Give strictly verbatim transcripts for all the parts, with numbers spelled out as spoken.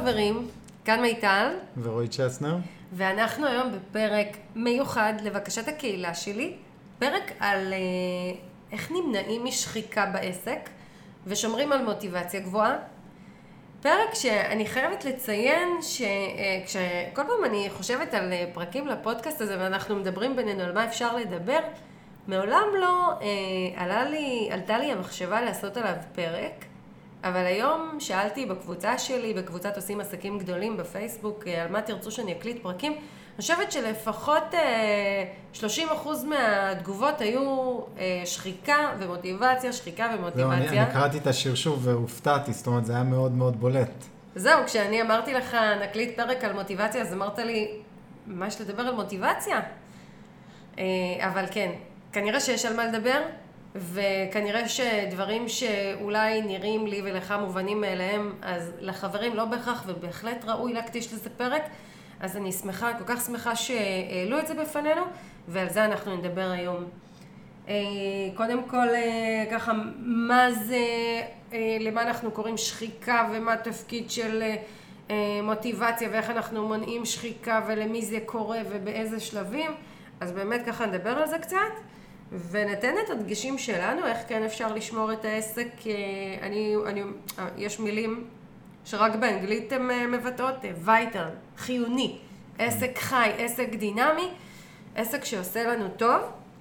חברים, כאן מיטל ורועי צ'סנר, ואנחנו היום בפרק מיוחד לבקשת הקהילה שלי, פרק על אה, איך נמנעים משחיקה בעסק ושומרים על מוטיבציה גבוהה. פרק שאני חייבת לציין שכשכל פעם אני חושבת על פרקים לפודקאסט הזה ואנחנו מדברים בינינו על מה אפשר לדבר, מעולם לא אה, עלה לי, עלתה לי המחשבה לעשות עליו פרק, אבל היום שאלתי בקבוצה שלי, בקבוצת עושים עסקים גדולים בפייסבוק, על מה תרצו שאני אקליט פרקים. אני חושבת שלפחות שלושים אחוז מהתגובות היו שחיקה ומוטיבציה, שחיקה ומוטיבציה. זהו, אני, אני קראתי את השיר שוב והופתעתי, זאת אומרת, זה היה מאוד מאוד בולט. זהו, כשאני אמרתי לך נקליט פרק על מוטיבציה, אז אמרת לי, מה יש לדבר על מוטיבציה? אבל כן, כנראה שיש על מה לדבר. וכנראה שדברים שאולי נראים לי ולך מובנים מאליהם, אז לחברים לא בהכרח ובהחלט ראוי להקדיש לזה פרק. אז אני שמחה, כל כך שמחה שהעלו את זה בפנינו, ועל זה אנחנו נדבר היום. קודם כל, ככה, מה זה, למה אנחנו קוראים שחיקה ומה התפקיד של מוטיבציה ואיך אנחנו מונעים שחיקה ולמי זה קורה ובאיזה שלבים. אז באמת ככה נדבר על זה קצת. ונתן את הדגשים שלנו, איך כן אפשר לשמור את העסק. אני, אני, יש מילים שרק באנגלית הן מבטאות, vital, חיוני, עסק חי, עסק דינמי, עסק שעושה לנו טוב.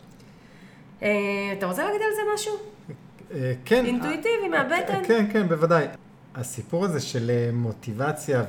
אתה רוצה להגיד על זה משהו? כן. אינטואיטיבי, מהבטן? כן, כן, בוודאי. הסיפור הזה של מוטיבציה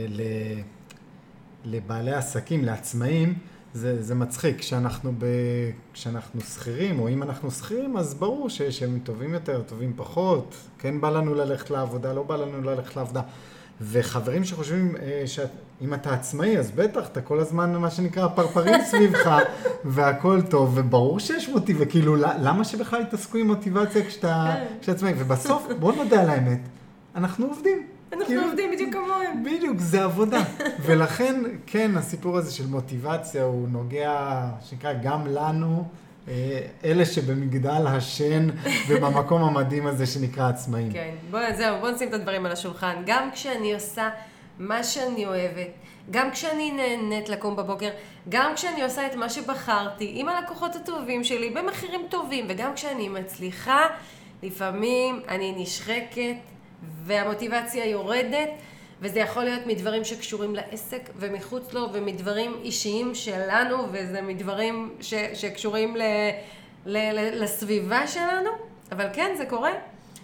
ולבעלי עסקים, לעצמאים, זה, זה מצחיק. כשאנחנו, ב, כשאנחנו שכירים, או אם אנחנו שכירים, אז ברור שהם טובים יותר, טובים פחות. כן בא לנו ללכת לעבודה, לא בא לנו ללכת לעבודה. וחברים שחושבים שאם אתה עצמאי, אז בטח, אתה כל הזמן, מה שנקרא, פרפרים סביבך, והכל טוב, וברור שיש מוטיבציה. וכאילו, למה שבכלל יתעסקו עם מוטיבציה כשאתה, כשאתה עצמאי? ובסוף, בוא נודע על האמת, אנחנו עובדים. אנחנו כאילו, עובדים בדיוק כמוהם. בדיוק, זה עבודה. ולכן, כן, הסיפור הזה של מוטיבציה הוא נוגע, שנקרא, גם לנו, אלה שבמגדל השן ובמקום המדהים הזה שנקרא עצמאים. כן, בוא, זהו, בוא נשים את הדברים על השולחן. גם כשאני עושה מה שאני אוהבת, גם כשאני נהנית לקום בבוקר, גם כשאני עושה את מה שבחרתי, עם הלקוחות הטובים שלי, במחירים טובים, וגם כשאני מצליחה, לפעמים אני נשחקת, והמוטיבציה יורדת, וזה יכול להיות מדברים שקשורים לעסק ומחוץ לו, ומדברים אישיים שלנו, וזה מדברים ש, שקשורים ל, ל, ל, לסביבה שלנו, אבל כן, זה קורה.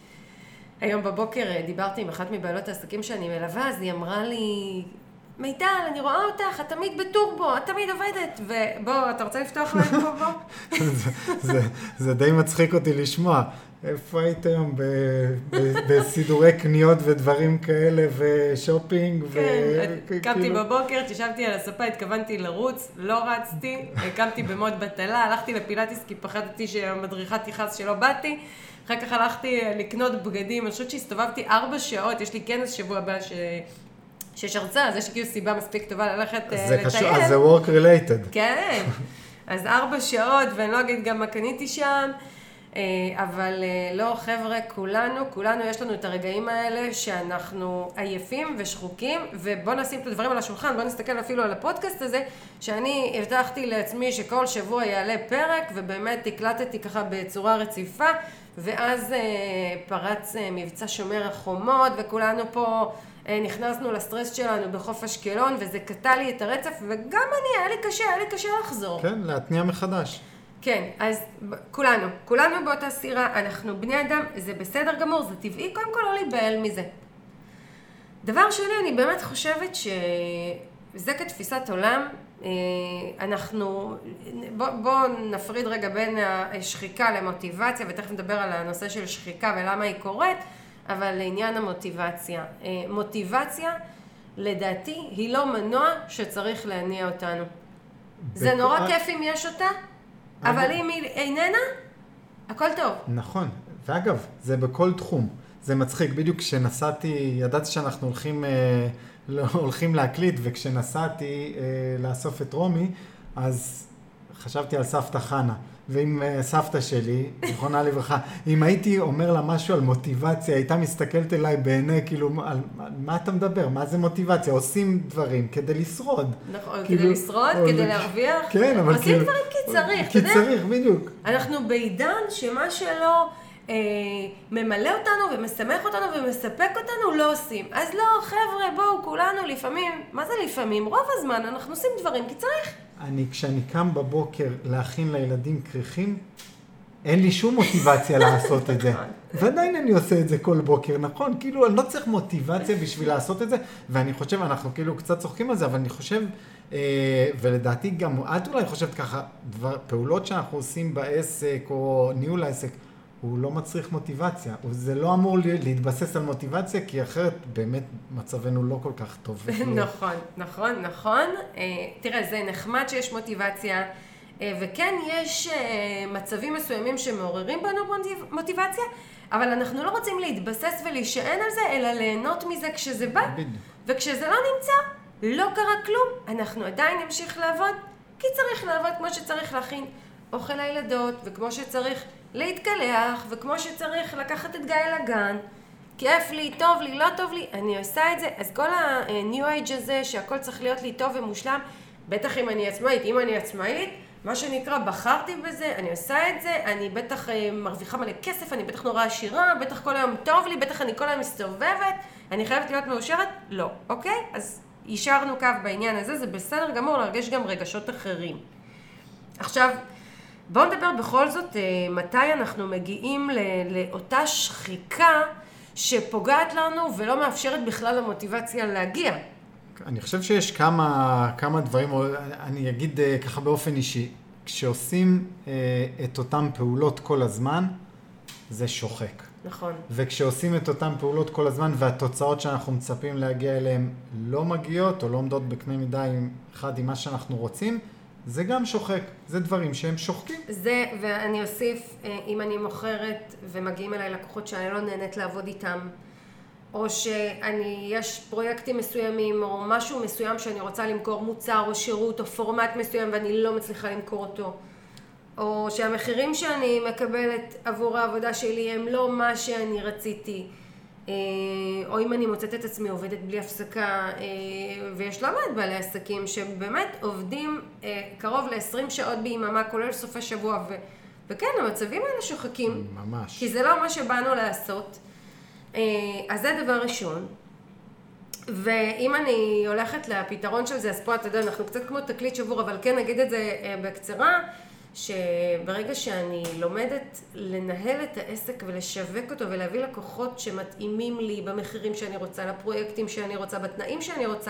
היום בבוקר דיברתי עם אחת מבעלות העסקים שאני מלווה, אז היא אמרה לי, מיטל, אני רואה אותך, את תמיד בטורבו, את תמיד עובדת, ובוא, אתה רוצה לפתוח להם פה, בוא? זה, זה, זה די מצחיק אותי לשמוע. איפה היית היום בסידורי קניות ודברים כאלה ושופינג? כן, קמתי בבוקר, תשבתי על הספה, התכוונתי לרוץ, לא רצתי, קמתי במוד בטלה, הלכתי לפילאטיס כי פחדתי שהמדריכה תיחס שלא באתי, אחר כך הלכתי לקנות בגדים, אני חושבת שהסתובבתי ארבע שעות, יש לי כנס שבוע הבא ש... שיש הרצאה, אז יש לי כאילו סיבה מספיק טובה ללכת לטייל. אז זה work related. כן, אז ארבע שעות, ואני לא אגיד גם מה קניתי שם, אבל לא, חבר'ה, כולנו, כולנו יש לנו את הרגעים האלה שאנחנו עייפים ושחוקים, ובוא נשים את הדברים על השולחן, בוא נסתכל אפילו על הפודקאסט הזה, שאני הבטחתי לעצמי שכל שבוע יעלה פרק, ובאמת הקלטתי ככה בצורה רציפה, ואז פרץ מבצע שומר החומות, וכולנו פה נכנסנו לסטרס שלנו בחוף אשקלון, וזה קטע לי את הרצף, וגם אני, היה לי קשה, היה לי קשה לחזור. כן, להתניע מחדש. כן, אז כולנו, כולנו באותה סירה, אנחנו בני אדם, זה בסדר גמור, זה טבעי, קודם כל לא להיבהל מזה. דבר שני, אני באמת חושבת שזה כתפיסת עולם, אנחנו, בוא, בוא נפריד רגע בין השחיקה למוטיבציה, ותכף נדבר על הנושא של שחיקה ולמה היא קורית, אבל לעניין המוטיבציה. מוטיבציה, לדעתי, היא לא מנוע שצריך להניע אותנו. זה נורא כיף אם יש אותה, אבל אם היא איננה, הכל טוב. נכון. ואגב, זה בכל תחום. זה מצחיק. בדיוק כשנסעתי, ידעתי שאנחנו הולכים, הולכים להקליט, וכשנסעתי לאסוף את רומי, אז חשבתי על סבתא חנה. ועם סבתא שלי, זכרונה לברכה, אם הייתי אומר לה משהו על מוטיבציה, הייתה מסתכלת אליי בעיני, כאילו, על מה אתה מדבר? מה זה מוטיבציה? עושים דברים כדי לשרוד. נכון, כדי לשרוד, כדי להרוויח. כן, אבל עושים דברים כי צריך, כי צריך, בדיוק. אנחנו בעידן שמה שלא ממלא אותנו ומשמח אותנו ומספק אותנו, לא עושים. אז לא, חבר'ה, בואו, כולנו לפעמים, מה זה לפעמים? רוב הזמן אנחנו עושים דברים כי צריך. אני, כשאני קם בבוקר להכין לילדים כריכים, אין לי שום מוטיבציה לעשות את זה. ועדיין אני עושה את זה כל בוקר, נכון? כאילו, אני לא צריך מוטיבציה בשביל לעשות את זה, ואני חושב, אנחנו כאילו קצת צוחקים על זה, אבל אני חושב, אה, ולדעתי גם, את אולי חושבת ככה, דבר, פעולות שאנחנו עושים בעסק או ניהול העסק, הוא לא מצריך מוטיבציה. זה לא אמור להתבסס על מוטיבציה, כי אחרת באמת מצבנו לא כל כך טוב. נכון, נכון, נכון. תראה, זה נחמד שיש מוטיבציה, וכן יש מצבים מסוימים שמעוררים בנו מוטיבציה, אבל אנחנו לא רוצים להתבסס ולהישען על זה, אלא ליהנות מזה כשזה בא. וכשזה לא נמצא, לא קרה כלום. אנחנו עדיין נמשיך לעבוד, כי צריך לעבוד כמו שצריך להכין אוכל לילדות, וכמו שצריך להתקלח, וכמו שצריך לקחת את גיא לגן. כיף לי, טוב לי, לא טוב לי, אני עושה את זה. אז כל ה-new age הזה, שהכל צריך להיות לי טוב ומושלם, בטח אם אני עצמאית, אם אני עצמאית, מה שנקרא, בחרתי בזה, אני עושה את זה, אני בטח מרוויחה מלא כסף, אני בטח נורא עשירה, בטח כל היום טוב לי, בטח אני כל היום מסתובבת, אני חייבת להיות מאושרת? לא, אוקיי? אז יישרנו קו בעניין הזה, זה בסדר גמור, להרגיש גם רגשות אחרים. עכשיו, בואו נדבר בכל זאת, מתי אנחנו מגיעים לאותה שחיקה שפוגעת לנו ולא מאפשרת בכלל המוטיבציה להגיע. אני חושב שיש כמה, כמה דברים, אני אגיד ככה באופן אישי, כשעושים את אותם פעולות כל הזמן, זה שוחק. נכון. וכשעושים את אותם פעולות כל הזמן והתוצאות שאנחנו מצפים להגיע אליהן לא מגיעות או לא עומדות בקנה מידה אחד עם מה שאנחנו רוצים, זה גם שוחק, זה דברים שהם שוחקים. זה, ואני אוסיף, אם אני מוכרת ומגיעים אליי לקוחות שאני לא נהנית לעבוד איתם, או שאני, יש פרויקטים מסוימים, או משהו מסוים שאני רוצה למכור מוצר או שירות או פורמט מסוים ואני לא מצליחה למכור אותו, או שהמחירים שאני מקבלת עבור העבודה שלי הם לא מה שאני רציתי, או אם אני מוצאת את עצמי עובדת בלי הפסקה, ויש לא מעט בעלי עסקים שבאמת עובדים קרוב ל-עשרים שעות ביממה, כולל סופי שבוע, ו- וכן, המצבים האלה שוחקים. ממש. כי זה לא מה שבאנו לעשות. אז זה דבר ראשון. ואם אני הולכת לפתרון של זה, אז פה אתה יודע, אנחנו קצת כמו תקליט שבור, אבל כן נגיד את זה בקצרה, שברגע שאני לומדת לנהל את העסק ולשווק אותו ולהביא לקוחות שמתאימים לי במחירים שאני רוצה, לפרויקטים שאני רוצה, בתנאים שאני רוצה,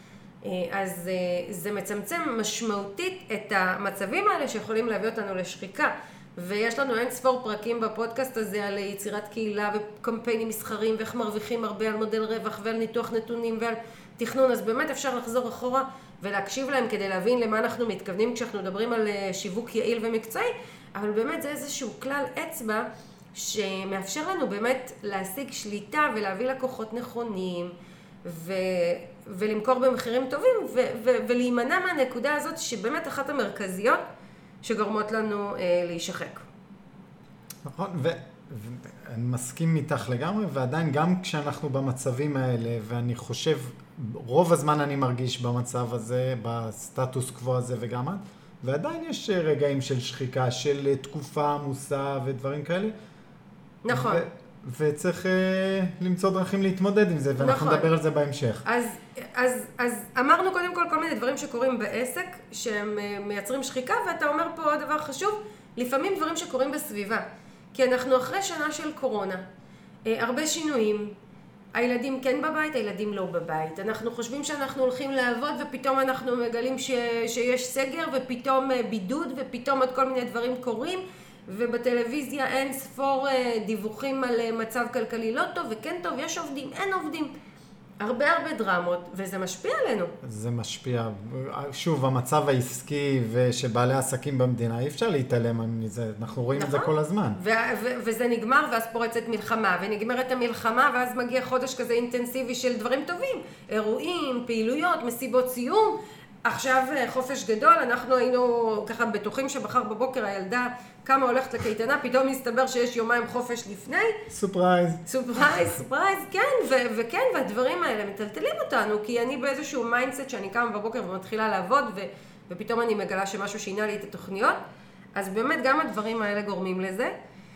אז זה מצמצם משמעותית את המצבים האלה שיכולים להביא אותנו לשחיקה. ויש לנו אין ספור פרקים בפודקאסט הזה על יצירת קהילה וקמפיינים מסחריים ואיך מרוויחים הרבה על מודל רווח ועל ניתוח נתונים ועל תכנון, אז באמת אפשר לחזור אחורה ולהקשיב להם כדי להבין למה אנחנו מתכוונים כשאנחנו מדברים על שיווק יעיל ומקצועי, אבל באמת זה איזשהו כלל אצבע שמאפשר לנו באמת להשיג שליטה ולהביא לקוחות נכונים ו... ולמכור במחירים טובים ו... ו... ולהימנע מהנקודה הזאת שבאמת אחת המרכזיות שגורמות לנו אה, להישחק. נכון, ואני מסכים איתך לגמרי, ועדיין גם כשאנחנו במצבים האלה, ואני חושב, רוב הזמן אני מרגיש במצב הזה, בסטטוס קוו הזה וגם את, ועדיין יש רגעים של שחיקה, של תקופה עמוסה ודברים כאלה. נכון. ו- וצריך uh, למצוא דרכים להתמודד עם זה, ואנחנו נכון. נדבר על זה בהמשך. אז, אז, אז אמרנו קודם כל כל מיני דברים שקורים בעסק, שהם uh, מייצרים שחיקה, ואתה אומר פה עוד דבר חשוב, לפעמים דברים שקורים בסביבה. כי אנחנו אחרי שנה של קורונה, uh, הרבה שינויים, הילדים כן בבית, הילדים לא בבית. אנחנו חושבים שאנחנו הולכים לעבוד, ופתאום אנחנו מגלים ש, שיש סגר, ופתאום uh, בידוד, ופתאום עוד כל מיני דברים קורים, ובטלוויזיה אין ספור דיווחים על מצב כלכלי לא טוב, וכן טוב, יש עובדים, אין עובדים. הרבה הרבה דרמות, וזה משפיע עלינו. זה משפיע. שוב, המצב העסקי ושבעלי עסקים במדינה, אי אפשר להתעלם מזה, אנחנו רואים נכון? את זה כל הזמן. ו- ו- וזה נגמר, ואז פורצת מלחמה, ונגמרת המלחמה, ואז מגיע חודש כזה אינטנסיבי של דברים טובים, אירועים, פעילויות, מסיבות סיום, עכשיו חופש גדול, אנחנו היינו ככה בטוחים שבחר בבוקר הילדה כמה הולכת לקייטנה, פתאום מסתבר שיש יומיים חופש לפני. סופרייז. סופרייז, סופרייז, כן, ו- וכן, והדברים האלה מטלטלים אותנו, כי אני באיזשהו מיינדסט שאני קמה בבוקר ומתחילה לעבוד, ו- ופתאום אני מגלה שמשהו שינה לי את התוכניות, אז באמת גם הדברים האלה גורמים לזה.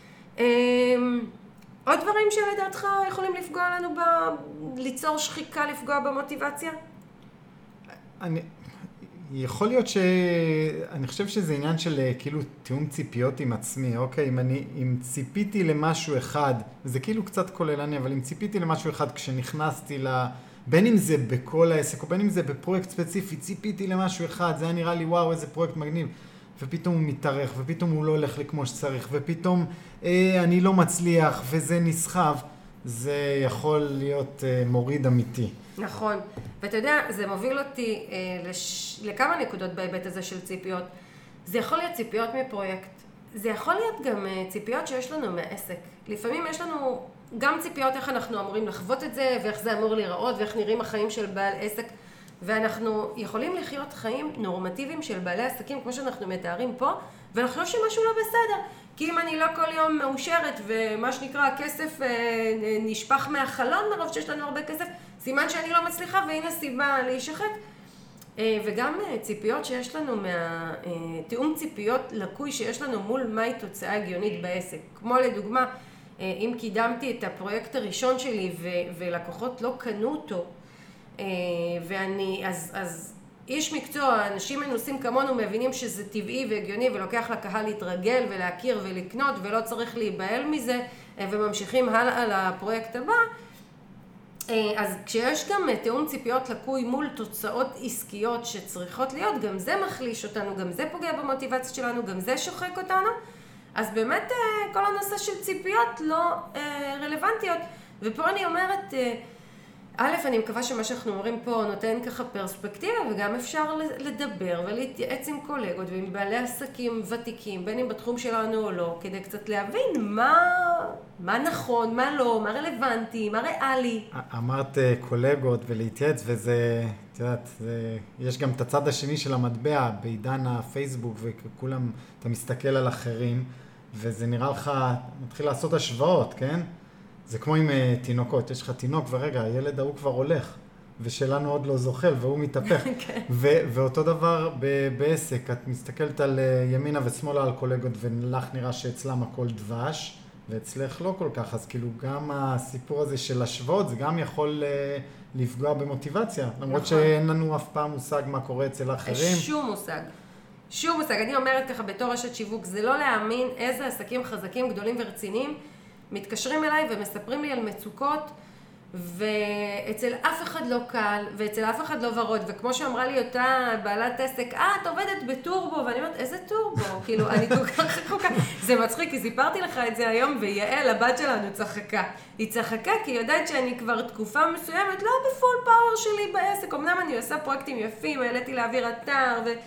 עוד דברים שלדעתך יכולים לפגוע לנו, ב- ליצור שחיקה, לפגוע במוטיבציה? אני... יכול להיות ש... אני חושב שזה עניין של כאילו תיאום ציפיות עם עצמי, אוקיי? אם אני, אם ציפיתי למשהו אחד, וזה כאילו קצת כוללני, אבל אם ציפיתי למשהו אחד כשנכנסתי ל... בין אם זה בכל העסק, או בין אם זה בפרויקט ספציפי, ציפיתי למשהו אחד, זה היה נראה לי וואו, איזה פרויקט מגניב, ופתאום הוא מתארך, ופתאום הוא לא הולך לי כמו שצריך, ופתאום אה, אני לא מצליח, וזה נסחב, זה יכול להיות אה, מוריד אמיתי. נכון, ואתה יודע, זה מוביל אותי אה, לש... לכמה נקודות בהיבט הזה של ציפיות. זה יכול להיות ציפיות מפרויקט, זה יכול להיות גם אה, ציפיות שיש לנו מהעסק. לפעמים יש לנו גם ציפיות איך אנחנו אמורים לחוות את זה, ואיך זה אמור להיראות, ואיך נראים החיים של בעל עסק. ואנחנו יכולים לחיות חיים נורמטיביים של בעלי עסקים, כמו שאנחנו מתארים פה, ולחשוב שמשהו לא בסדר. כי אם אני לא כל יום מאושרת, ומה שנקרא, הכסף נשפך מהחלון מרוב שיש לנו הרבה כסף, סימן שאני לא מצליחה, והנה סיבה להישחק. וגם ציפיות שיש לנו מהתיאום ציפיות לקוי שיש לנו מול מהי תוצאה הגיונית בעסק. כמו לדוגמה, אם קידמתי את הפרויקט הראשון שלי ולקוחות לא קנו אותו, ואני, אז, אז איש מקצוע, אנשים מנוסים כמונו מבינים שזה טבעי והגיוני ולוקח לקהל להתרגל ולהכיר ולקנות ולא צריך להיבהל מזה וממשיכים הלאה לפרויקט הבא. אז כשיש גם תיאום ציפיות לקוי מול תוצאות עסקיות שצריכות להיות, גם זה מחליש אותנו, גם זה פוגע במוטיבציה שלנו, גם זה שוחק אותנו. אז באמת כל הנושא של ציפיות לא רלוונטיות. ופה אני אומרת, א', אני מקווה שמה שאנחנו אומרים פה נותן ככה פרספקטיבה, וגם אפשר לדבר ולהתייעץ עם קולגות ועם בעלי עסקים ותיקים, בין אם בתחום שלנו או לא, כדי קצת להבין מה, מה נכון, מה לא, מה רלוונטי, מה ריאלי. אמרת קולגות ולהתייעץ, וזה, את יודעת, זה, יש גם את הצד השני של המטבע, בעידן הפייסבוק, וכולם, אתה מסתכל על אחרים, וזה נראה לך, מתחיל לעשות השוואות, כן? זה כמו עם uh, תינוקות, יש לך תינוק ורגע, הילד ההוא כבר הולך, ושלנו עוד לא זוחל והוא מתהפך. ו- ואותו דבר ב- בעסק, את מסתכלת על uh, ימינה ושמאלה על קולגות, ולך נראה שאצלם הכל דבש, ואצלך לא כל כך, אז כאילו גם הסיפור הזה של השוואות, זה גם יכול uh, לפגוע במוטיבציה, למרות נכון. שאין לנו אף פעם מושג מה קורה אצל אחרים. שום מושג. שום מושג. אני אומרת ככה בתור רשת שיווק, זה לא להאמין איזה עסקים חזקים, גדולים ורציניים, מתקשרים אליי ומספרים לי על מצוקות, ואצל אף אחד לא קל, ואצל אף אחד לא ורוד, וכמו שאמרה לי אותה בעלת עסק, אה, את עובדת בטורבו, ואני אומרת, איזה טורבו? כאילו, אני כל כך רחוקה. זה מצחיק, כי סיפרתי לך את זה היום, ויעל, הבת שלנו, צחקה. היא צחקה, כי היא יודעת שאני כבר תקופה מסוימת, לא בפול פאוור שלי בעסק, אמנם אני עושה פרויקטים יפים, העליתי להעביר אתר, ו...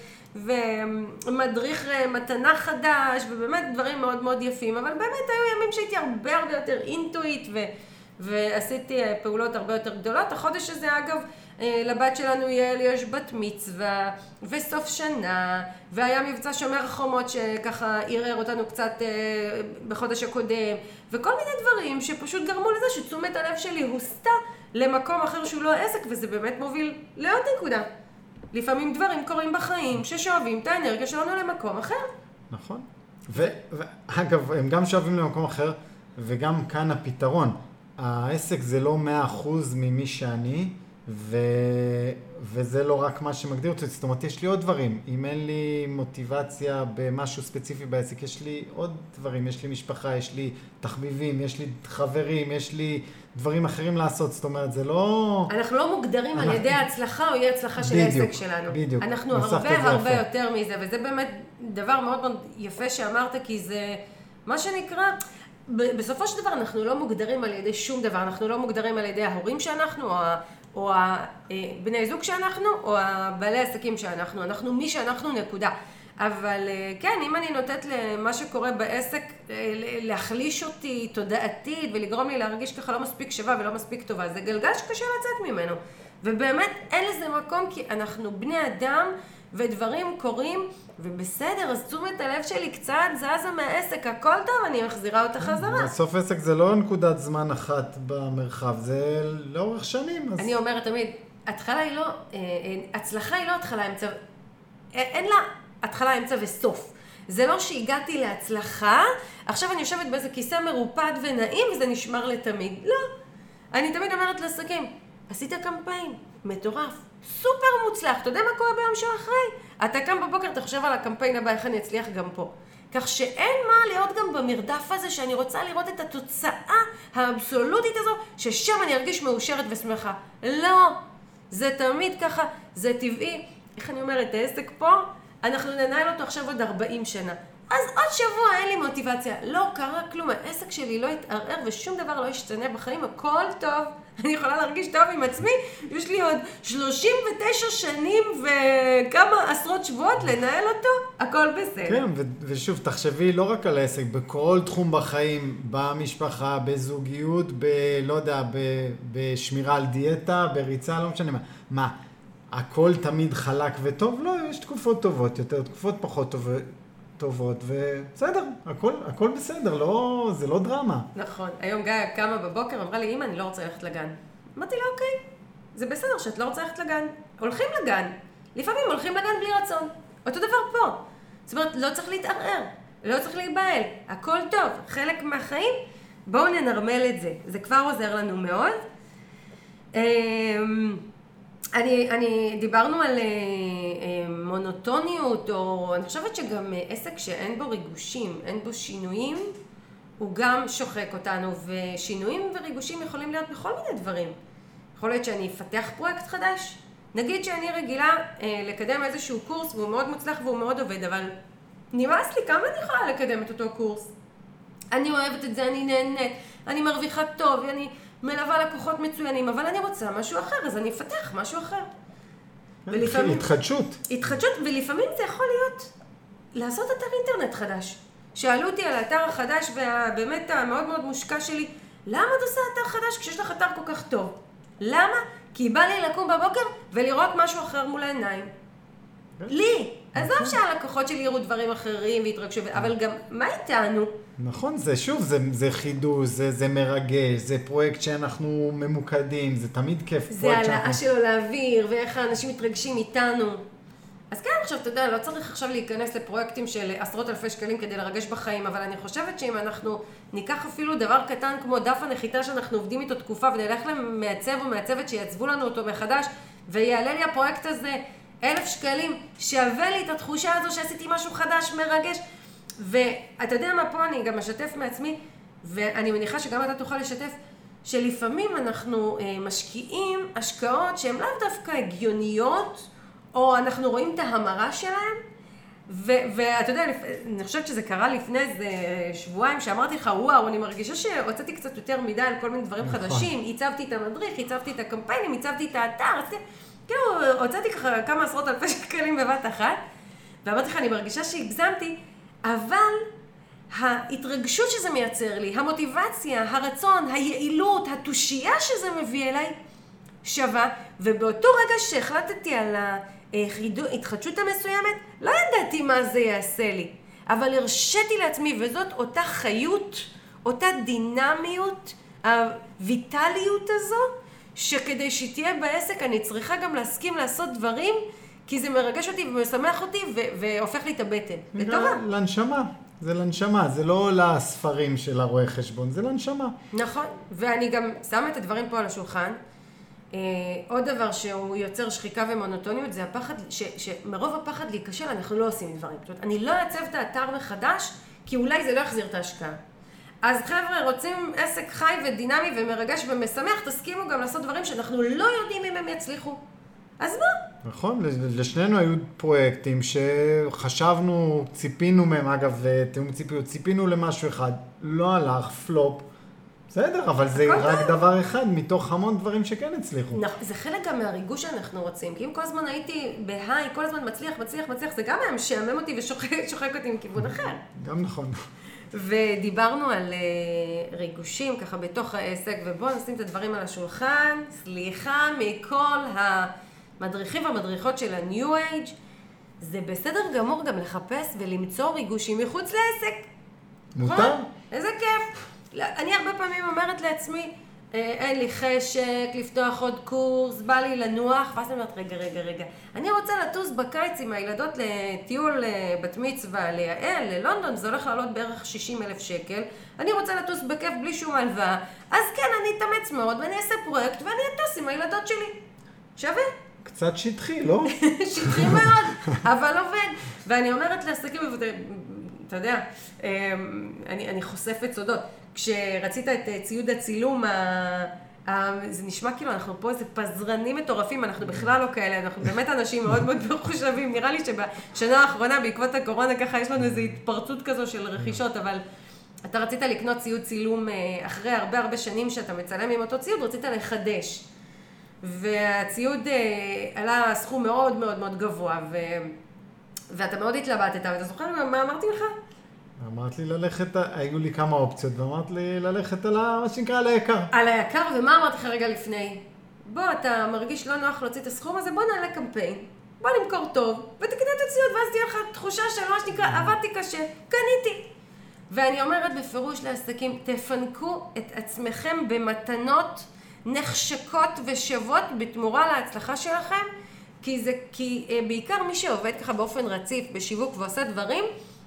ומדריך מתנה חדש, ובאמת דברים מאוד מאוד יפים, אבל באמת היו ימים שהייתי הרבה הרבה יותר אינטואיט, ו... ועשיתי פעולות הרבה יותר גדולות. החודש הזה, אגב, לבת שלנו יעל יש בת מצווה, וסוף שנה, והיה מבצע שומר החומות שככה ערער אותנו קצת בחודש הקודם, וכל מיני דברים שפשוט גרמו לזה שתשומת הלב שלי הוסתה למקום אחר שהוא לא עסק, וזה באמת מוביל לעוד נקודה. לפעמים דברים קורים בחיים ששואבים את האנרגיה שלנו למקום אחר. נכון. ואגב, הם גם שואבים למקום אחר, וגם כאן הפתרון. העסק זה לא מאה אחוז ממי שאני, ו... וזה לא רק מה שמגדיר אותי. זאת אומרת, יש לי עוד דברים. אם אין לי מוטיבציה במשהו ספציפי בעסק, יש לי עוד דברים. יש לי משפחה, יש לי תחביבים, יש לי חברים, יש לי דברים אחרים לעשות. זאת אומרת, זה לא... אנחנו לא מוגדרים אנחנו... על ידי ההצלחה או אי הצלחה של בדיוק, העסק שלנו. בדיוק. אנחנו הרבה הרבה יפה. יותר מזה, וזה באמת דבר מאוד מאוד יפה שאמרת, כי זה מה שנקרא... בסופו של דבר אנחנו לא מוגדרים על ידי שום דבר, אנחנו לא מוגדרים על ידי ההורים שאנחנו, או, או בני זוג שאנחנו, או בעלי עסקים שאנחנו, אנחנו מי שאנחנו נקודה. אבל כן, אם אני נותנת למה שקורה בעסק להחליש אותי תודעתית ולגרום לי להרגיש ככה לא מספיק שווה ולא מספיק טובה, זה גלגל שקשה לצאת ממנו. ובאמת אין לזה מקום, כי אנחנו בני אדם, ודברים קורים, ובסדר, אז תשומת הלב שלי קצת זזה מהעסק, הכל טוב, אני מחזירה אותה חזרה. בסוף עסק זה לא נקודת זמן אחת במרחב, זה לאורך שנים. אז... אני אומרת תמיד, התחלה היא לא, הצלחה היא לא התחלה אמצע, אין לה התחלה אמצע וסוף. זה לא שהגעתי להצלחה, עכשיו אני יושבת באיזה כיסא מרופד ונעים וזה נשמר לתמיד. לא. אני תמיד אומרת לעסקים, עשית קמפיין, מטורף, סופר מוצלח, אתה יודע מה קורה ביום שאחרי? אתה קם בבוקר, אתה חושב על הקמפיין הבא, איך אני אצליח גם פה. כך שאין מה להיות גם במרדף הזה, שאני רוצה לראות את התוצאה האבסולוטית הזו, ששם אני ארגיש מאושרת ושמחה. לא, זה תמיד ככה, זה טבעי. איך אני אומרת, העסק פה, אנחנו ננהל אותו עכשיו עוד ארבעים שנה. אז עוד שבוע אין לי מוטיבציה. לא קרה כלום, העסק שלי לא התערער ושום דבר לא ישתנה בחיים, הכל טוב. אני יכולה להרגיש טוב עם עצמי, יש לי עוד שלושים ותשע שנים וכמה עשרות שבועות לנהל אותו, הכל בסדר. כן, ו- ושוב, תחשבי לא רק על העסק, בכל תחום בחיים, במשפחה, בזוגיות, ב... לא יודע, ב... בשמירה על דיאטה, בריצה, לא משנה מה. מה, הכל תמיד חלק וטוב? לא, יש תקופות טובות יותר, תקופות פחות טובות. טובות, ובסדר, הכל, הכל בסדר, לא, זה לא דרמה. נכון. היום גיא קמה בבוקר, אמרה לי, אמא, אני לא רוצה ללכת לגן. אמרתי לה, אוקיי, זה בסדר שאת לא רוצה ללכת לגן. הולכים לגן. לפעמים הולכים לגן בלי רצון. אותו דבר פה. זאת אומרת, לא צריך להתערער, לא צריך להיבהל. הכל טוב, חלק מהחיים, בואו ננרמל את זה. זה כבר עוזר לנו מאוד. אני, אני, דיברנו על אה, אה, מונוטוניות, או אני חושבת שגם עסק שאין בו ריגושים, אין בו שינויים, הוא גם שוחק אותנו, ושינויים וריגושים יכולים להיות בכל מיני דברים. יכול להיות שאני אפתח פרויקט חדש, נגיד שאני רגילה אה, לקדם איזשהו קורס, והוא מאוד מוצלח והוא מאוד עובד, אבל נמאס לי, כמה אני יכולה לקדם את אותו קורס? אני אוהבת את זה, אני נהנית, אני מרוויחה טוב, אני... מלווה לקוחות מצוינים, אבל אני רוצה משהו אחר, אז אני אפתח משהו אחר. ולפעמים... התחדשות. התחדשות, ולפעמים זה יכול להיות לעשות אתר אינטרנט חדש. שאלו אותי על האתר החדש, והבאמת המאוד מאוד מושקע שלי, למה את עושה אתר חדש כשיש לך אתר כל כך טוב? למה? כי בא לי לקום בבוקר ולראות משהו אחר מול העיניים. לי! עזוב שהלקוחות שלי יראו דברים אחרים והתרגשו, אבל גם, מה איתנו? נכון, זה שוב, זה, זה חידוש, זה, זה מרגש, זה פרויקט שאנחנו ממוקדים, זה תמיד כיף. זה העלאה שלו לאוויר, ואיך האנשים מתרגשים איתנו. אז כן, עכשיו, אתה יודע, לא צריך עכשיו להיכנס לפרויקטים של עשרות אלפי שקלים כדי לרגש בחיים, אבל אני חושבת שאם אנחנו ניקח אפילו דבר קטן כמו דף הנחיתה שאנחנו עובדים איתו תקופה, ונלך למעצב או מעצבת שיעצבו לנו אותו מחדש, ויעלה לי הפרויקט הזה אלף שקלים, שווה לי את התחושה הזו שעשיתי משהו חדש, מרגש. ואתה יודע מה, פה אני גם משתף מעצמי, ואני מניחה שגם אתה תוכל לשתף, שלפעמים אנחנו אה, משקיעים השקעות שהן לאו דווקא הגיוניות, או אנחנו רואים את ההמרה שלהם, ואתה יודע, אני חושבת שזה קרה לפני איזה שבועיים, שאמרתי לך, וואו, אני מרגישה שהוצאתי קצת יותר מדי על כל מיני דברים חדשים, הצבתי את המדריך, הצבתי את הקמפיינים, הצבתי את האתר, כאילו, הוצאתי ככה כמה עשרות אלפי שקלים בבת אחת, ואמרתי לך, אני מרגישה שהגזמתי, אבל ההתרגשות שזה מייצר לי, המוטיבציה, הרצון, היעילות, התושייה שזה מביא אליי, שווה, ובאותו רגע שהחלטתי על ההתחדשות המסוימת, לא ידעתי מה זה יעשה לי, אבל הרשיתי לעצמי, וזאת אותה חיות, אותה דינמיות, הויטליות הזו, שכדי שתהיה בעסק אני צריכה גם להסכים לעשות דברים, כי זה מרגש אותי ומשמח אותי ו- והופך לי את הבטן. לטובה. לנשמה. זה לנשמה, זה לא לספרים של הרואה חשבון, זה לנשמה. נכון, ואני גם שמה את הדברים פה על השולחן. אה, עוד דבר שהוא יוצר שחיקה ומונוטוניות, זה הפחד, ש- שמרוב הפחד להיכשל אנחנו לא עושים דברים. זאת אומרת, אני לא אעצב את האתר מחדש, כי אולי זה לא יחזיר את ההשקעה. אז חבר'ה, רוצים עסק חי ודינמי ומרגש ומשמח, תסכימו גם לעשות דברים שאנחנו לא יודעים אם הם יצליחו. אז מה? נכון, לשנינו היו פרויקטים שחשבנו, ציפינו מהם, אגב, תאום ציפיות, ציפינו למשהו אחד, לא הלך, פלופ, בסדר, אבל זה רק טוב. דבר אחד מתוך המון דברים שכן הצליחו. נכון, זה חלק גם מהריגוש שאנחנו רוצים, כי אם כל הזמן הייתי בהיי, כל הזמן מצליח, מצליח, מצליח, זה גם היה משעמם אותי ושוחק אותי מכיוון אחר. גם נכון. ודיברנו על uh, ריגושים ככה בתוך העסק, ובואו נשים את הדברים על השולחן. סליחה מכל המדריכים והמדריכות של ה-New Age, זה בסדר גמור גם לחפש ולמצוא ריגושים מחוץ לעסק. מותר? איזה כיף. אני הרבה פעמים אומרת לעצמי, אין לי חשק לפתוח עוד קורס, בא לי לנוח, ואז אני אומרת, רגע, רגע, רגע. אני רוצה לטוס בקיץ עם הילדות לטיול בת מצווה, ליעל, ללונדון, זה הולך לעלות בערך שישים אלף שקל. אני רוצה לטוס בכיף בלי שום הלוואה. אז כן, אני אתאמץ מאוד, ואני אעשה פרויקט, ואני אטוס עם הילדות שלי. שווה? קצת שטחי, לא? שטחי מאוד, אבל עובד. ואני אומרת לעסקים, אתה יודע, אני, אני חושפת סודות. כשרצית את ציוד הצילום, זה נשמע כאילו אנחנו פה איזה פזרנים מטורפים, אנחנו בכלל לא כאלה, אנחנו באמת אנשים מאוד מאוד מחושבים. נראה לי שבשנה האחרונה, בעקבות הקורונה, ככה יש לנו איזו התפרצות כזו של רכישות, אבל אתה רצית לקנות ציוד צילום אחרי הרבה הרבה שנים שאתה מצלם עם אותו ציוד, רצית לחדש. והציוד עלה סכום מאוד מאוד מאוד גבוה, ו... ואתה מאוד התלבטת, ואתה זוכר מה אמרתי לך? אמרת לי ללכת, היו לי כמה אופציות, ואמרת לי ללכת על מה שנקרא, על היקר. על היקר, ומה אמרתי לך רגע לפני? בוא, אתה מרגיש לא נוח להוציא את הסכום הזה, בוא נעלה קמפיין, בוא נמכור טוב, ותקנה את הציוד, ואז תהיה לך תחושה של מה שנקרא, עבדתי קשה, קניתי. ואני אומרת בפירוש לעסקים, תפנקו את עצמכם במתנות נחשקות ושוות בתמורה להצלחה שלכם, כי זה, כי בעיקר מי שעובד ככה באופן רציף בשיווק ועושה דברים,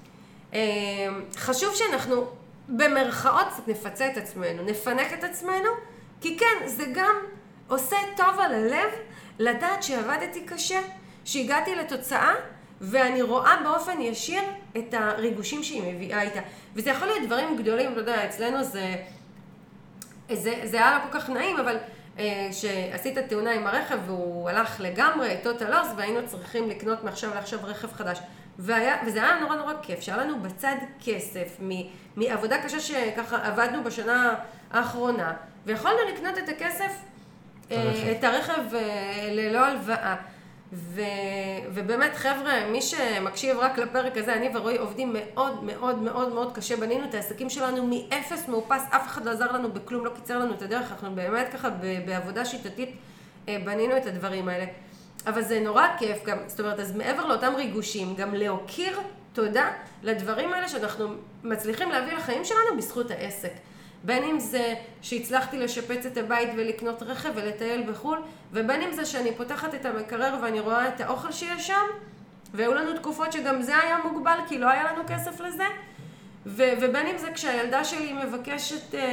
חשוב שאנחנו במרכאות נפצה את עצמנו, נפנק את עצמנו, כי כן, זה גם עושה טוב על הלב לדעת שעבדתי קשה, שהגעתי לתוצאה, ואני רואה באופן ישיר את הריגושים שהיא מביאה איתה. וזה יכול להיות דברים גדולים, אתה יודע, אצלנו זה, זה, זה היה לא כל כך נעים, אבל שעשית תאונה עם הרכב והוא הלך לגמרי, total loss, והיינו צריכים לקנות מעכשיו לעכשיו רכב חדש. והיה, וזה היה נורא נורא כיף, שהיה לנו בצד כסף מ, מעבודה קשה שככה עבדנו בשנה האחרונה, ויכולנו לקנות את הכסף, הרכב. את הרכב ללא הלוואה. ו, ובאמת חבר'ה, מי שמקשיב רק לפרק הזה, אני ורועי עובדים מאוד מאוד מאוד מאוד קשה, בנינו את העסקים שלנו מאפס מאופס, אף אחד לא עזר לנו בכלום, לא קיצר לנו את הדרך, אנחנו באמת ככה בעבודה שיטתית בנינו את הדברים האלה. אבל זה נורא כיף גם, זאת אומרת, אז מעבר לאותם ריגושים, גם להוקיר תודה לדברים האלה שאנחנו מצליחים להביא לחיים שלנו בזכות העסק. בין אם זה שהצלחתי לשפץ את הבית ולקנות רכב ולטייל בחול, ובין אם זה שאני פותחת את המקרר ואני רואה את האוכל שיש שם, והיו לנו תקופות שגם זה היה מוגבל כי לא היה לנו כסף לזה, ו- ובין אם זה כשהילדה שלי מבקשת uh,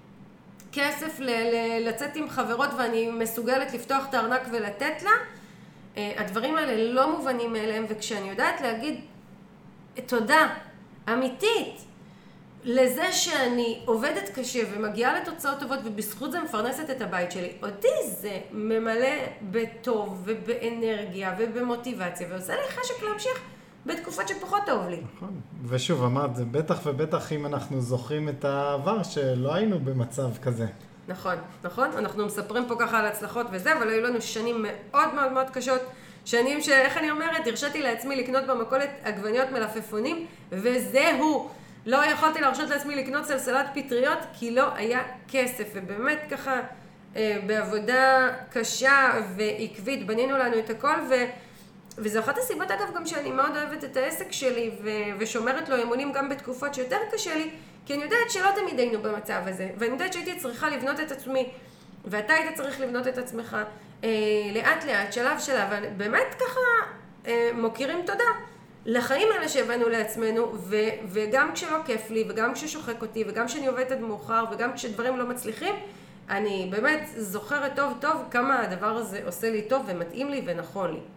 כסף ל- ל- לצאת עם חברות ואני מסוגלת לפתוח את הארנק ולתת לה, uh, הדברים האלה לא מובנים מאליהם, וכשאני יודעת להגיד תודה אמיתית, לזה שאני עובדת קשה ומגיעה לתוצאות טובות ובזכות זה מפרנסת את הבית שלי, אותי זה ממלא בטוב ובאנרגיה ובמוטיבציה ועושה לי חשק להמשיך בתקופות שפחות טוב לי. נכון, ושוב אמרת, זה בטח ובטח אם אנחנו זוכרים את העבר שלא היינו במצב כזה. נכון, נכון, אנחנו מספרים פה ככה על הצלחות וזה, אבל היו לנו שנים מאוד מאוד מאוד קשות, שנים שאיך אני אומרת, הרשיתי לעצמי לקנות במכולת עגבניות מלפפונים וזהו. לא יכולתי להרשות לעצמי לקנות סלסלת פטריות, כי לא היה כסף, ובאמת ככה בעבודה קשה ועקבית בנינו לנו את הכל, ו... וזו אחת הסיבות אגב גם שאני מאוד אוהבת את העסק שלי, ו... ושומרת לו אמונים גם בתקופות שיותר קשה לי, כי אני יודעת שלא תמיד היינו במצב הזה, ואני יודעת שהייתי צריכה לבנות את עצמי, ואתה היית צריך לבנות את עצמך אה, לאט לאט, שלב שלב, ובאמת ככה אה, מוקירים תודה. לחיים האלה שהבאנו לעצמנו, ו- וגם כשלא כיף לי, וגם כששוחק אותי, וגם כשאני עובדת עד מאוחר, וגם כשדברים לא מצליחים, אני באמת זוכרת טוב טוב כמה הדבר הזה עושה לי טוב ומתאים לי ונכון לי.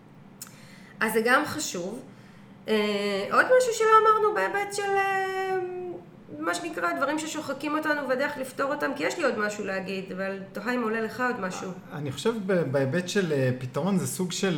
אז זה גם חשוב. אה, עוד משהו שלא אמרנו בהיבט של אה, מה שנקרא, דברים ששוחקים אותנו והדרך לפתור אותם, כי יש לי עוד משהו להגיד, אבל תוהה אם עולה לך עוד משהו. אני חושב בהיבט של פתרון זה סוג של...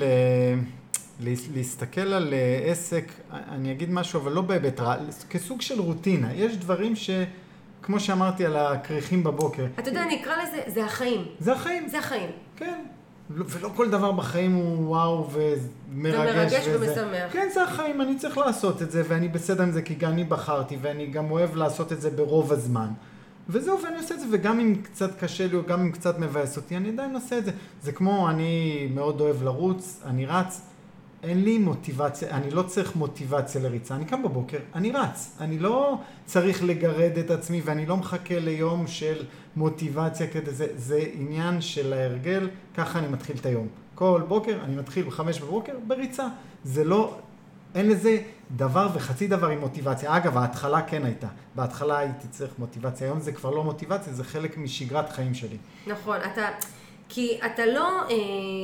להסתכל על עסק, אני אגיד משהו, אבל לא בהיבט רע, כסוג של רוטינה. יש דברים ש, כמו שאמרתי על הכריכים בבוקר. אתה יודע, אני אקרא לזה, זה החיים. זה החיים. זה החיים. כן. ולא כל דבר בחיים הוא וואו ומרגש ומרגש ומשמח. כן, זה החיים, אני צריך לעשות את זה, ואני בסדר עם זה, כי גם אני בחרתי, ואני גם אוהב לעשות את זה ברוב הזמן. וזהו, ואני עושה את זה, וגם אם קצת קשה לי, או גם אם קצת מבאס אותי, אני עדיין עושה את זה. זה כמו, אני מאוד אוהב לרוץ, אני רץ, אין לי מוטיבציה, אני לא צריך מוטיבציה לריצה, אני קם בבוקר, אני רץ, אני לא צריך לגרד את עצמי, ואני לא מחכה ליום של מוטיבציה כדי זה, זה עניין של ההרגל, ככה אני מתחיל את היום. כל בוקר, אני מתחיל בחמש בבוקר, בריצה. זה לא, אין לזה דבר וחצי דבר עם מוטיבציה. אגב, ההתחלה כן הייתה. בהתחלה הייתי צריך מוטיבציה, היום זה כבר לא מוטיבציה, זה חלק משגרת חיים שלי. נכון, אתה, כי אתה לא אה,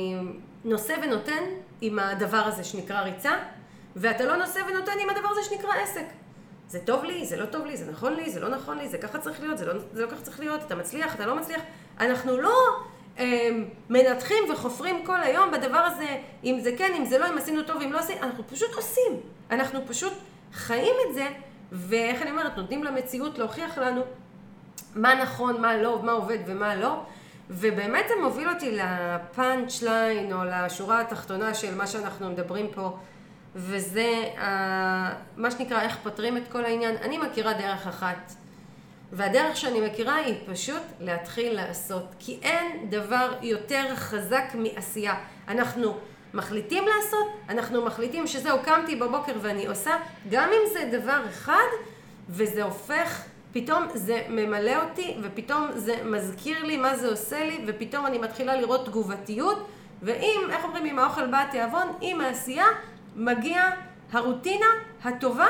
נושא ונותן עם הדבר הזה שנקרא ריצה, ואתה לא נושא ונותן עם הדבר הזה שנקרא עסק. זה טוב לי, זה לא טוב לי, זה נכון לי, זה לא נכון לי, זה ככה צריך להיות, זה לא, זה לא ככה צריך להיות, אתה מצליח, אתה לא מצליח. אנחנו לא אה, מנתחים וחופרים כל היום בדבר הזה, אם זה כן, אם זה לא, אם עשינו טוב, אם לא עשינו, אנחנו פשוט עושים. אנחנו פשוט חיים את זה, ואיך אני אומרת, נותנים למציאות להוכיח לנו מה נכון, מה לא, מה עובד ומה לא. ובאמת זה מוביל אותי לפאנץ' ליין או לשורה התחתונה של מה שאנחנו מדברים פה, וזה מה שנקרא איך פותרים את כל העניין. אני מכירה דרך אחת, והדרך שאני מכירה היא פשוט להתחיל לעשות, כי אין דבר יותר חזק מעשייה. אנחנו מחליטים לעשות, אנחנו מחליטים שזהו, קמתי בבוקר ואני עושה, גם אם זה דבר אחד, וזה הופך, פתאום זה ממלא אותי, ופתאום זה מזכיר לי מה זה עושה לי, ופתאום אני מתחילה לראות תגובתיות, ואם, איך אומרים, עם האוכל בא התיאבון, עם העשייה, מגיע הרוטינה הטובה,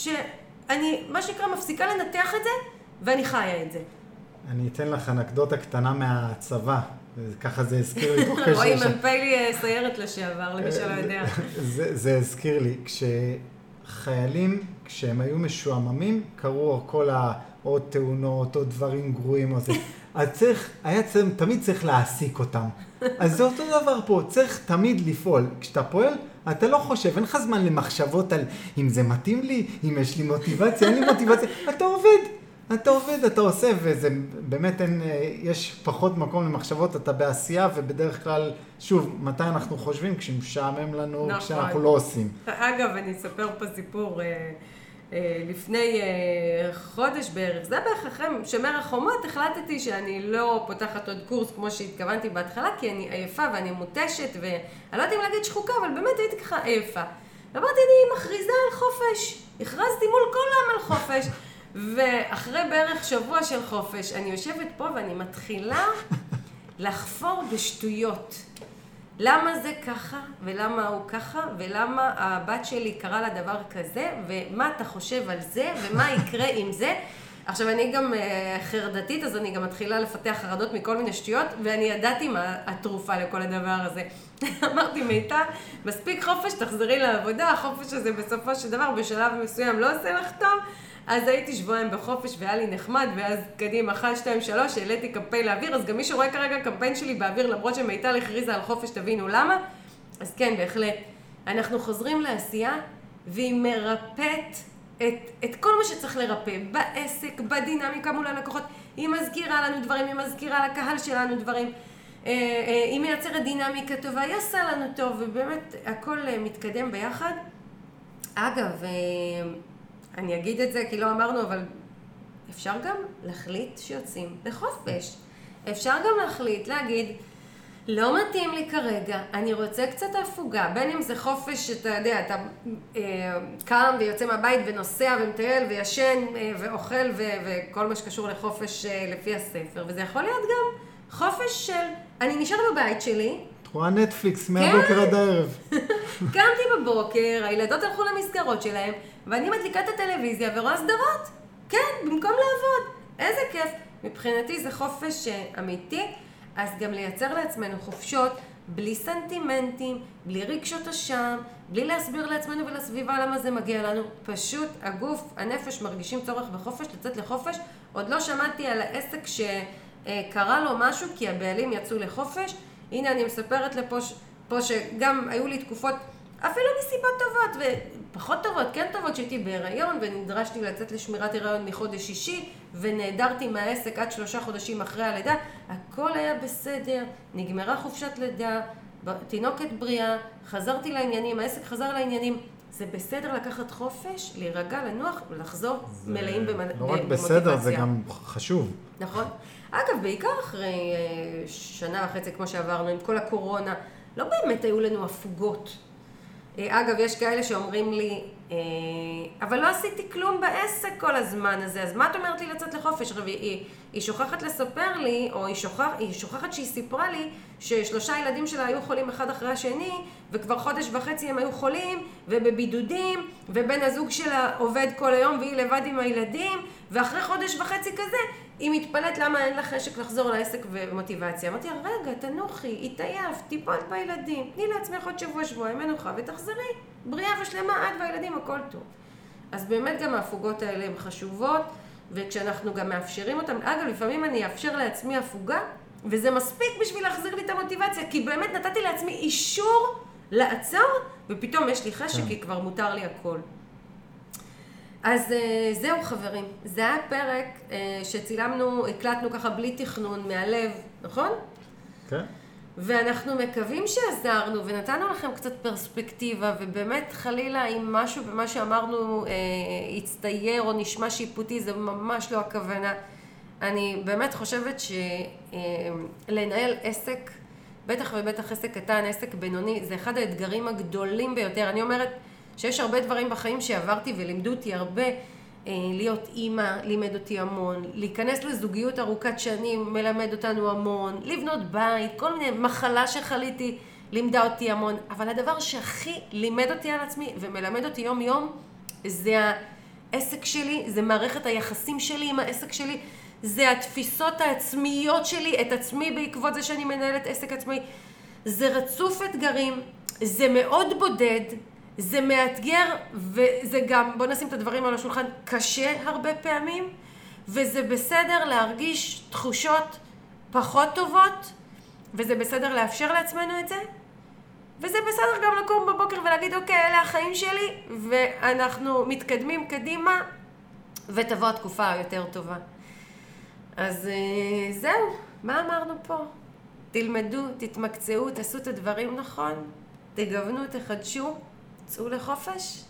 שאני, מה שנקרא, מפסיקה לנתח את זה, ואני חיה את זה. אני אתן לך אנקדוטה קטנה מהצבא, ככה זה הזכיר לי. רואים, מנפי לי סיירת לשעבר, למי שלא יודע. זה, זה הזכיר לי, כשחיילים, כשהם היו משועממים, קראו כל העוד תאונות, עוד דברים גרועים, או זה. אז צריך, היה צריך, תמיד צריך להעסיק אותם. אז זה אותו דבר פה, צריך תמיד לפעול. כשאתה פועל, אתה לא חושב, אין לך זמן למחשבות על אם זה מתאים לי, אם יש לי מוטיבציה, אין לי מוטיבציה, אתה עובד. אתה עובד, אתה עושה, וזה באמת אין, יש פחות מקום למחשבות, אתה בעשייה, ובדרך כלל, שוב, מתי אנחנו חושבים? כשמשעמם לנו, נכון. כשאנחנו לא עושים. אגב, אני אספר פה סיפור, לפני חודש בערך, זה בערך אחרי שומר החומות, החלטתי שאני לא פותחת עוד קורס כמו שהתכוונתי בהתחלה, כי אני עייפה ואני מוטשת, ואני לא יודעת אם להגיד שחוקה, אבל באמת הייתי ככה עייפה. ואמרתי, אני מכריזה על חופש, הכרזתי מול כל העם על חופש, ואחרי בערך שבוע של חופש, אני יושבת פה ואני מתחילה לחפור בשטויות. למה זה ככה, ולמה הוא ככה, ולמה הבת שלי קרא לה דבר כזה, ומה אתה חושב על זה, ומה יקרה עם זה. עכשיו, אני גם חרדתית, אז אני גם מתחילה לפתח חרדות מכל מיני שטויות, ואני ידעתי מה התרופה לכל הדבר הזה. אמרתי, מיטה, מספיק חופש, תחזרי לעבודה, החופש הזה בסופו של דבר, בשלב מסוים לא עושה לך טוב, אז הייתי שבועיים בחופש והיה לי נחמד, ואז קדימה, אחת, שתיים, שלוש, העליתי קמפיין לאוויר, אז גם מי שרואה כרגע קמפיין שלי באוויר, למרות שמיטל הכריזה על חופש, תבינו למה. אז כן, בהחלט, אנחנו חוזרים לעשייה, והיא מרפאת את, את כל מה שצריך לרפא, בעסק, בדינמיקה מול הלקוחות, היא מזכירה לנו דברים, היא מזכירה לקהל שלנו דברים, היא מייצרת דינמיקה טובה, היא עושה לנו טוב, ובאמת הכל מתקדם ביחד. אגב, אני אגיד את זה כי לא אמרנו, אבל אפשר גם להחליט שיוצאים לחופש. אפשר גם להחליט, להגיד, לא מתאים לי כרגע, אני רוצה קצת הפוגה, בין אם זה חופש שאתה יודע, אתה אה, קם ויוצא מהבית ונוסע ומטייל וישן אה, ואוכל ו- וכל מה שקשור לחופש אה, לפי הספר, וזה יכול להיות גם חופש של, אני נשאר בבית שלי. את רואה נטפליקס מהבוקר עד הערב. קמתי בבוקר, הילדות הלכו למסגרות שלהם, ואני מדליקה את הטלוויזיה ורואה סדרות. כן, במקום לעבוד. איזה כיף. מבחינתי זה חופש אמיתי, אז גם לייצר לעצמנו חופשות בלי סנטימנטים, בלי רגשות אשם, בלי להסביר לעצמנו ולסביבה למה זה מגיע לנו. פשוט הגוף, הנפש מרגישים צורך בחופש, לצאת לחופש. עוד לא שמעתי על העסק שקרה לו משהו כי הבעלים יצאו לחופש. הנה אני מספרת לפה פה שגם היו לי תקופות אפילו מסיבות טובות ופחות טובות, כן טובות, שהייתי בהיריון ונדרשתי לצאת לשמירת הריון מחודש שישי ונעדרתי מהעסק עד שלושה חודשים אחרי הלידה. הכל היה בסדר, נגמרה חופשת לידה, תינוקת בריאה, חזרתי לעניינים, העסק חזר לעניינים. זה בסדר לקחת חופש, להירגע, לנוח ולחזור מלאים במוטיבציה. לא רק בסדר, זה גם חשוב. נכון. אגב, בעיקר אחרי שנה וחצי, כמו שעברנו, עם כל הקורונה, לא באמת היו לנו הפוגות. אגב, יש כאלה שאומרים לי, אבל לא עשיתי כלום בעסק כל הזמן הזה, אז מה את אומרת לי לצאת לחופש? עכשיו, היא, היא שוכחת לספר לי, או היא, שוכח, היא שוכחת שהיא סיפרה לי, ששלושה ילדים שלה היו חולים אחד אחרי השני, וכבר חודש וחצי הם היו חולים, ובבידודים, ובן הזוג שלה עובד כל היום, והיא לבד עם הילדים, ואחרי חודש וחצי כזה, היא מתפלאת למה אין לה חשק לחזור לעסק ומוטיבציה. אמרתי, רגע, תנוחי, התעייף, טיפולת בילדים, תני לעצמך עוד שבוע שבוע, מנוחה, ותחזרי, בריאה ושלמה, עד והילדים, הכל טוב. אז באמת גם ההפוגות האלה הן חשובות, וכשאנחנו גם מאפשרים אותן, אגב, לפעמים אני אאפשר לעצמי הפוגה, וזה מספיק בשביל להחזיר לי את המוטיבציה, כי באמת נתתי לעצמי אישור לעצור, ופתאום יש לי חשק, כי כבר מותר לי הכל. אז זהו חברים, זה היה פרק שצילמנו, הקלטנו ככה בלי תכנון מהלב, נכון? כן. ואנחנו מקווים שעזרנו ונתנו לכם קצת פרספקטיבה, ובאמת חלילה אם משהו במה שאמרנו יצטייר או נשמע שיפוטי, זה ממש לא הכוונה. אני באמת חושבת שלנהל עסק, בטח ובטח עסק קטן, עסק בינוני, זה אחד האתגרים הגדולים ביותר. אני אומרת שיש הרבה דברים בחיים שעברתי ולימדו אותי הרבה, להיות אימא לימד אותי המון, להיכנס לזוגיות ארוכת שנים מלמד אותנו המון, לבנות בית, כל מיני מחלה שחליתי לימדה אותי המון, אבל הדבר שהכי לימד אותי על עצמי ומלמד אותי יום יום זה העסק שלי, זה מערכת היחסים שלי עם העסק שלי, זה התפיסות העצמיות שלי, את עצמי בעקבות זה שאני מנהלת עסק עצמי, זה רצוף אתגרים, זה מאוד בודד, זה מאתגר, וזה גם, בוא נשים את הדברים על השולחן, קשה הרבה פעמים, וזה בסדר להרגיש תחושות פחות טובות, וזה בסדר לאפשר לעצמנו את זה, וזה בסדר גם לקום בבוקר ולהגיד, אוקיי, אלה החיים שלי, ואנחנו מתקדמים קדימה, ותבוא התקופה היותר טובה. אז זהו, מה אמרנו פה? תלמדו, תתמקצעו, תעשו את הדברים נכון, תגוונו, תחדשו, צאו לחופש,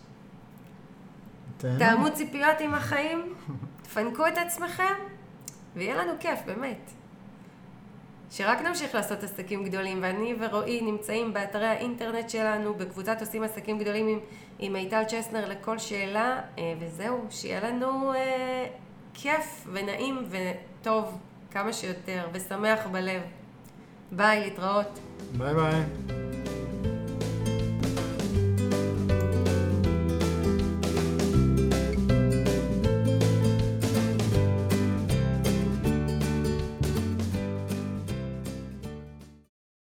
תאמו ציפיות עם החיים, תפנקו את עצמכם, ויהיה לנו כיף, באמת. שרק נמשיך לעשות עסקים גדולים, ואני ורועי נמצאים באתרי האינטרנט שלנו, בקבוצת עושים עסקים גדולים עם, עם מיטל צ'סנר לכל שאלה, וזהו, שיהיה לנו אה, כיף ונעים וטוב כמה שיותר, ושמח בלב. ביי, להתראות. ביי ביי.